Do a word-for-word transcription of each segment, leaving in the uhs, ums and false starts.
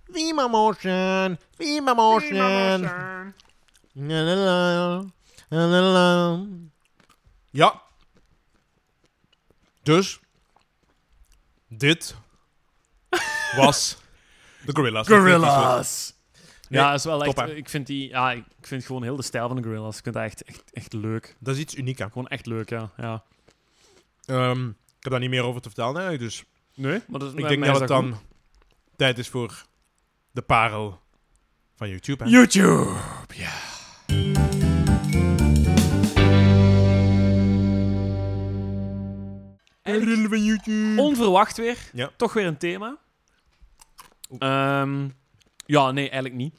Vima motion, Vima motion. La, la, la, la, la, la. Ja. Dus. Dit was de Gorillaz. Gorillaz! Nee, Ja, is wel echt, top, hè? ik vind die, ja, ik vind gewoon heel de stijl van de Gorillaz. Ik vind dat echt, echt, echt leuk. Dat is iets uniek, hè. Gewoon echt leuk, ja. ja. Um, ik heb daar niet meer over te vertellen, eigenlijk, dus Nee, maar dat, ik denk dat het dan tijd is voor de parel van YouTube, hè. YouTube, ja. Parel van YouTube. Onverwacht weer. Ja. Toch weer een thema. Um, ja, nee, eigenlijk niet.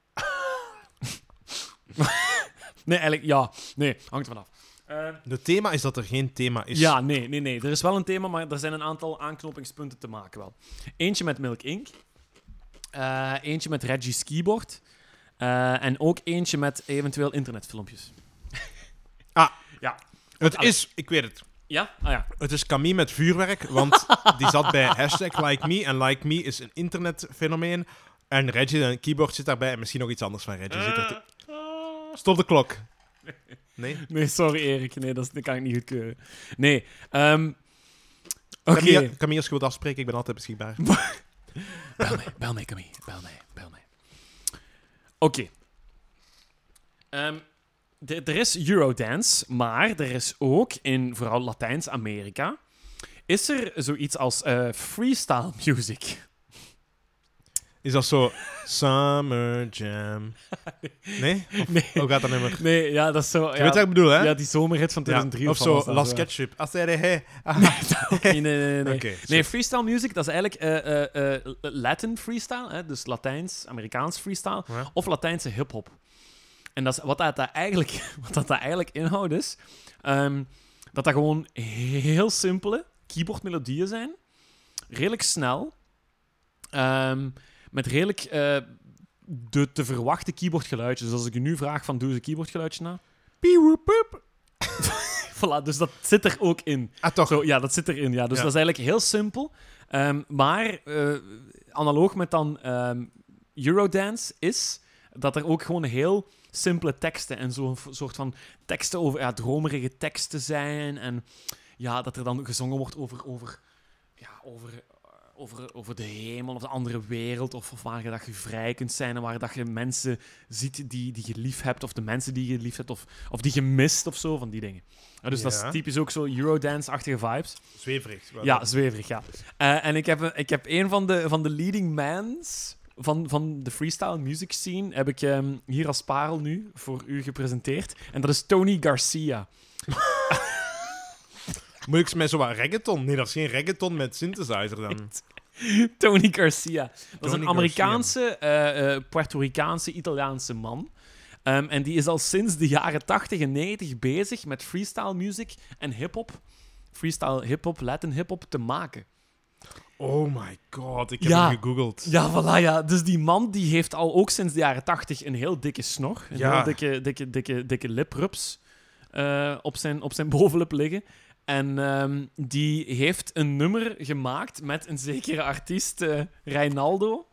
nee, eigenlijk, ja. Nee, hangt er vanaf. Uh, Het thema is dat er geen thema is. ja, nee, nee, nee. Er is wel een thema, maar er zijn een aantal aanknopingspunten te maken wel. Eentje met Milk Inc. Uh, eentje met Reggie's Keyboard. Uh, en ook eentje met eventueel internetfilmpjes. Ah, ja. Het Allee. is, ik weet het. Ja? Ah ja. Het is Camille met vuurwerk, want die zat bij hashtag Like Me. En Like Me is een internetfenomeen. En Reggie, een keyboard, zit daarbij. En misschien nog iets anders van Reggie. Zit er te... Stop de klok. Nee? Nee, sorry Erik. Nee, dat, is, dat kan ik niet goedkeuren. Nee. Um, Oké. Camille, Okay. Camille, als je wilt afspreken, ik ben altijd beschikbaar. Bel mij, bel mij, Camille. Bel mij, bel mij. Oké. Okay. Um, er is Eurodance, maar er is ook in vooral Latijns-Amerika is er zoiets als uh, freestyle music. Is dat zo Summer Jam? Nee? Of, nee. Hoe gaat dat nummer? Nee, ja, dat is zo... Je ja, weet wat ik bedoel, hè? Ja, die zomerhit van tweeduizend drie ja, of, of zo. zo, Last Ketchup. Als hij de hey. nee, nee, nee. Nee, okay, nee freestyle music, dat is eigenlijk uh, uh, uh, Latin freestyle, hè? Dus Latijns-Amerikaans freestyle, ja. of Latijnse hip-hop. En dat is, wat, dat, dat eigenlijk, wat dat, dat eigenlijk inhoudt is, um, dat dat gewoon heel simpele keyboardmelodieën zijn, redelijk snel, um, met redelijk uh, de te verwachten keyboardgeluidjes. Dus als ik je nu vraag van, doe eens een keyboardgeluidje na. Pieuwpoep. Voilà, dus dat zit er ook in. Ah, toch? Zo, ja, dat zit erin. Ja. Dus ja. dat is eigenlijk heel simpel. Um, maar uh, analoog met dan um, Eurodance is dat er ook gewoon heel simpele teksten en zo'n soort van teksten over ja, dromerige teksten zijn. En ja, dat er dan gezongen wordt over, over, ja, over, over, over de hemel of de andere wereld. Of, of waar je, dat je vrij kunt zijn en waar dat je mensen ziet die, die je lief hebt. Of de mensen die je lief hebt. Of, of die je mist of zo, van die dingen. Ja, dus ja. Dat is typisch ook zo Eurodance-achtige vibes. Zweverig. Ja, zweverig, ja. Uh, en ik heb, ik heb een van de, van de leading mans van, van de freestyle music scene heb ik um, hier als parel nu voor u gepresenteerd. En dat is Tony Garcia. Moet ik met zo'n reggaeton? Nee, dat is geen reggaeton met synthesizer dan. Tony Garcia. Dat Tony is een Amerikaanse, uh, uh, Puerto Ricaanse, Italiaanse man. Um, en die is al sinds de jaren tachtig en negentig bezig met freestyle music en hip-hop. Freestyle hip-hop, Latin hip-hop te maken. Oh my god, ik heb ja. hem gegoogeld. Ja, voilà, ja. Dus die man die heeft al ook sinds de jaren tachtig een heel dikke snor. Een ja. heel dikke, dikke, dikke, dikke liprups uh, op, zijn, op zijn bovenlip liggen. En um, die heeft een nummer gemaakt met een zekere artiest, uh, Reinaldo.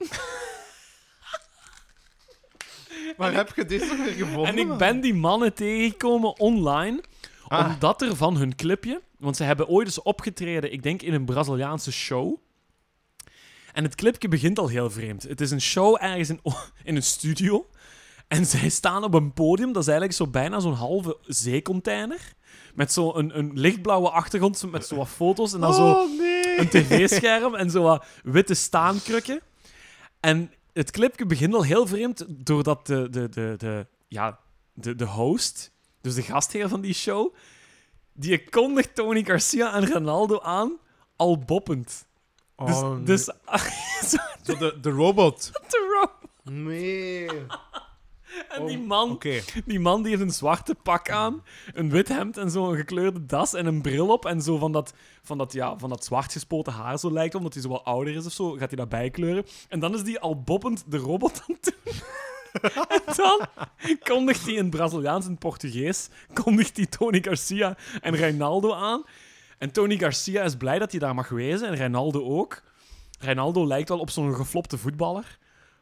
Waar heb je dit nog weer gevonden? En ik ben die mannen tegengekomen online, ah. omdat er van hun clipje... Want ze hebben ooit eens opgetreden, ik denk in een Braziliaanse show. En het clipje begint al heel vreemd. Het is een show ergens in, in een studio. En zij staan op een podium, dat is eigenlijk zo bijna zo'n halve zeecontainer. Met zo'n een, een lichtblauwe achtergrond, met zo wat foto's. En dan oh, zo nee. een tv-scherm en zo wat witte staankrukken. En het clipje begint al heel vreemd, doordat de, de, de, de, ja, de, de host, dus de gastheer van die show, die kondigt Tony Garcia en Ronaldo aan, al boppend. Dus, oh, nee. dus zo de, de robot. De robot. Nee. En oh, die, man, okay. die man die heeft een zwarte pak aan, een wit hemd en zo een gekleurde das en een bril op. En zo van dat, van dat, ja, van dat zwart gespoten haar zo lijkt, omdat hij zo wat ouder is of zo, gaat hij dat bijkleuren. En dan is die al boppend de robot aan het doen. En dan kondigt hij in Braziliaans en Portugees, kondigt hij Tony Garcia en Reinaldo aan. En Tony Garcia is blij dat hij daar mag wezen, en Reinaldo ook. Reinaldo lijkt wel op zo'n geflopte voetballer.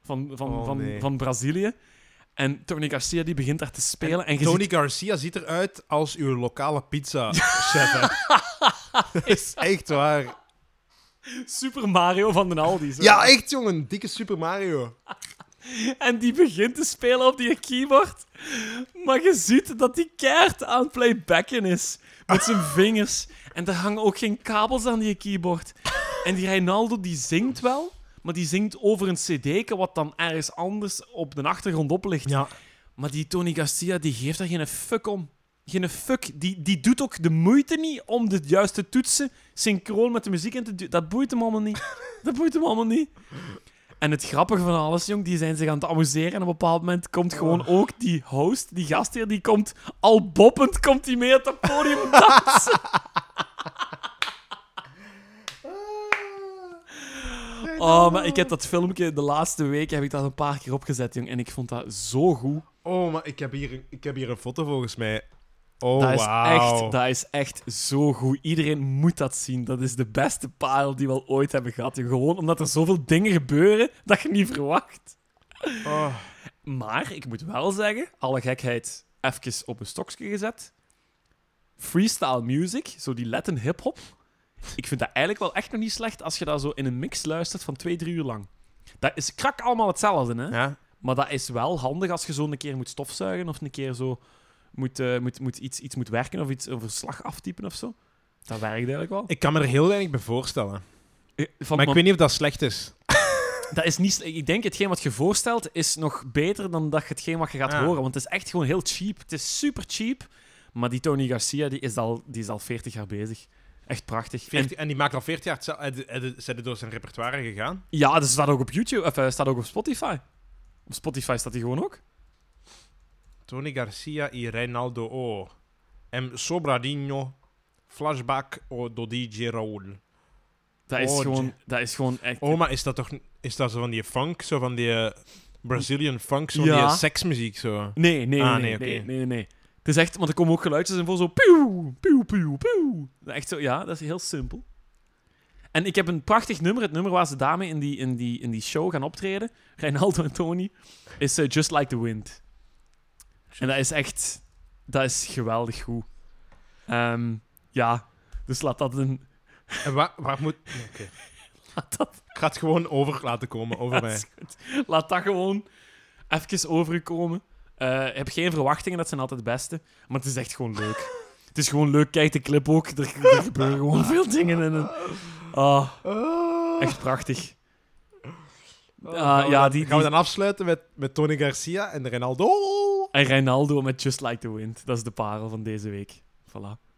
van, van, Oh, van, nee. van Brazilië. En Tony Garcia die begint daar te spelen. En, je Tony ziet... Garcia ziet eruit als uw lokale pizza-chef. hè. Is echt waar. Super Mario van den Aldi. Zo. Ja, echt, jongen. Dikke Super Mario. En die begint te spelen op die keyboard. Maar je ziet dat die keihard aan het playbacken is. Met zijn vingers. En er hangen ook geen kabels aan die keyboard. En die Reinaldo die zingt wel, maar die zingt over een cd'ke wat dan ergens anders op de achtergrond op ligt. Ja. Maar die Tony Garcia die geeft daar geen fuck om. Geen fuck. Die, die doet ook de moeite niet om de juiste toetsen synchroon met de muziek in te doen. Dat boeit hem allemaal niet. Dat boeit hem allemaal niet. En het grappige van alles, jong, die zijn zich aan het amuseren. En op een bepaald moment komt gewoon ook die host, die gastheer, die komt al boppend, komt die mee op het podium dansen. Oh, maar ik heb dat filmpje de laatste week heb ik dat een paar keer opgezet, jong. En ik vond dat zo goed. Oh, maar ik heb hier, een- ik heb hier een foto volgens mij. Oh, dat, is wauw. echt, dat is echt zo goed. Iedereen moet dat zien. Dat is de beste parel die we al ooit hebben gehad. jong. Gewoon omdat er zoveel dingen gebeuren dat je niet verwacht. Oh. Maar, ik moet wel zeggen, alle gekheid even op een stokje gezet. Freestyle music, zo die Latin hip-hop. Ik vind dat eigenlijk wel echt nog niet slecht als je dat zo in een mix luistert van twee, drie uur lang. Dat is krak allemaal hetzelfde, hè? Ja. Maar dat is wel handig als je zo een keer moet stofzuigen of een keer zo moet, uh, moet, moet iets, iets moet werken of iets over slag aftypen of zo. Dat werkt eigenlijk wel. Ik kan me er heel weinig bij voorstellen. Eh, Van, Maar ik want weet niet of dat slecht is. dat is niet, ik denk hetgeen wat je voorstelt is nog beter dan dat je hetgeen wat je gaat Ah. horen. Want het is echt gewoon heel cheap. Het is super cheap. Maar die Tony Garcia die is, al, die is al veertig jaar bezig. Echt prachtig. veertig, En, en die maakt al veertig jaar hetzelfde. Hij- hij- Zijn er door zijn repertoire gegaan? ja, dat staat ook op YouTube. Of uh, staat ook op Spotify. Op Spotify staat hij gewoon ook. Tony Garcia y Reinaldo O. M. Sobradinho. Flashback o do D J Raul. Dat is, Oh, gewoon, j- dat is gewoon echt... Oh, maar is dat toch... Is dat zo van die funk? Zo van die... eh, Brazilian funk? Zo Ja. die seksmuziek, zo? Nee, nee, Ah, nee, nee, nee, oké. nee, nee, nee. Het is echt... Want er komen ook geluidjes in voor zo... Pieuw, pieuw, pieuw, pieuw. Echt zo... Ja, dat is heel simpel. En ik heb een prachtig nummer. Het nummer waar ze daarmee in die, in die, in die show gaan optreden, Reinaldo en Tony, is uh, Just Like the Wind. En dat is echt... Dat is geweldig goed. Ehm, ja, dus laat dat een... En waar, waar moet... Oké. Laat dat, Ik ga het gewoon over laten komen, over dat mij. is goed. Laat dat gewoon even over u komen. Uh, heb geen verwachtingen, dat zijn altijd het beste. Maar het is echt gewoon leuk. Het is gewoon leuk. Kijk de clip ook. Er, er gebeuren gewoon veel dingen in. Ah, echt prachtig. Oh, Ah, gaan we ja, dan- die, gaan we die- dan afsluiten met, met Tony Garcia en Reinaldo? En Reinaldo met Just Like the Wind. Dat is de parel van deze week. Voilà.